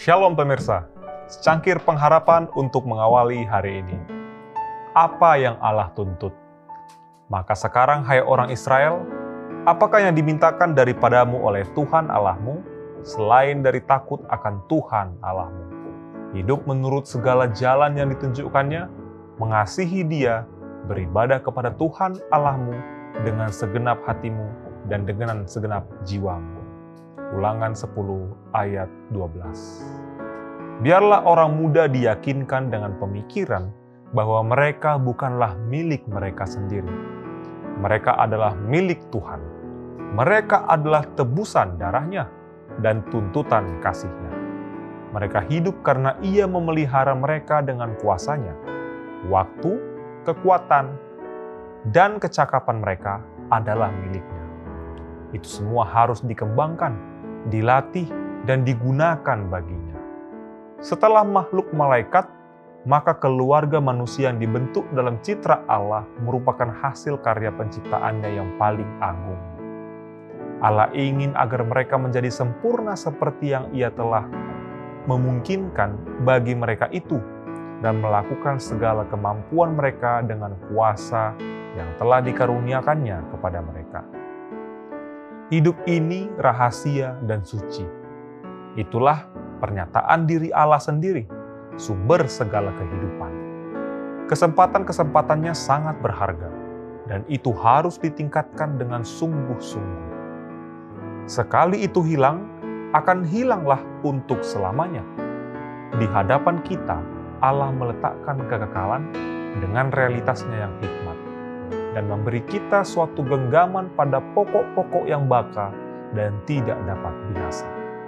Shalom pemirsa, secangkir pengharapan untuk mengawali hari ini. Apa yang Allah tuntut? Maka sekarang, hai orang Israel, apakah yang dimintakan daripadamu oleh Tuhan Allahmu, selain dari takut akan Tuhan Allahmu? Hidup menurut segala jalan yang ditunjukkannya, mengasihi Dia, beribadah kepada Tuhan Allahmu dengan segenap hatimu dan dengan segenap jiwamu. Ulangan 10 ayat 12. Biarlah orang muda diyakinkan dengan pemikiran bahwa mereka bukanlah milik mereka sendiri. Mereka adalah milik Tuhan. Mereka adalah tebusan darahnya dan tuntutan kasih-Nya. Mereka hidup karena Ia memelihara mereka dengan kuasa-Nya. Waktu, kekuatan, dan kecakapan mereka adalah milik-Nya. Itu semua harus dikembangkan, dilatih, dan digunakan baginya. Setelah makhluk malaikat, maka keluarga manusia yang dibentuk dalam citra Allah merupakan hasil karya penciptaannya yang paling agung. Allah ingin agar mereka menjadi sempurna seperti yang Ia telah memungkinkan bagi mereka itu dan melakukan segala kemampuan mereka dengan kuasa yang telah dikaruniakannya kepada mereka. Hidup ini rahasia dan suci. Itulah pernyataan diri Allah sendiri, sumber segala kehidupan. Kesempatan-kesempatannya sangat berharga, dan itu harus ditingkatkan dengan sungguh-sungguh. Sekali itu hilang, akan hilanglah untuk selamanya. Di hadapan kita, Allah meletakkan kekekalan dengan realitasnya yang hikmat, dan memberi kita suatu genggaman pada pokok-pokok yang baka dan tidak dapat binasa.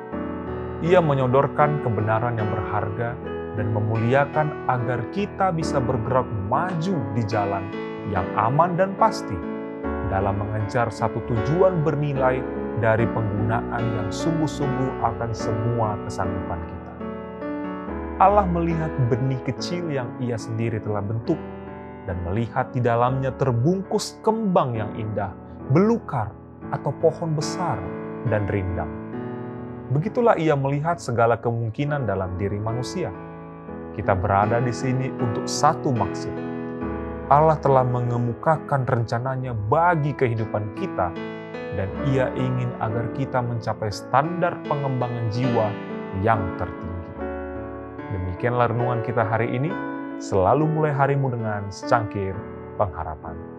Ia menyodorkan kebenaran yang berharga dan memuliakan agar kita bisa bergerak maju di jalan yang aman dan pasti dalam mengejar satu tujuan bernilai dari penggunaan yang sungguh-sungguh akan semua kesanggupan kita. Allah melihat benih kecil yang Ia sendiri telah bentuk dan melihat di dalamnya terbungkus kembang yang indah, belukar, atau pohon besar dan rindang. Begitulah Ia melihat segala kemungkinan dalam diri manusia. Kita berada di sini untuk satu maksud. Allah telah mengemukakan rencananya bagi kehidupan kita, dan Ia ingin agar kita mencapai standar pengembangan jiwa yang tertinggi. Demikianlah renungan kita hari ini. Selalu mulai harimu dengan secangkir pengharapan.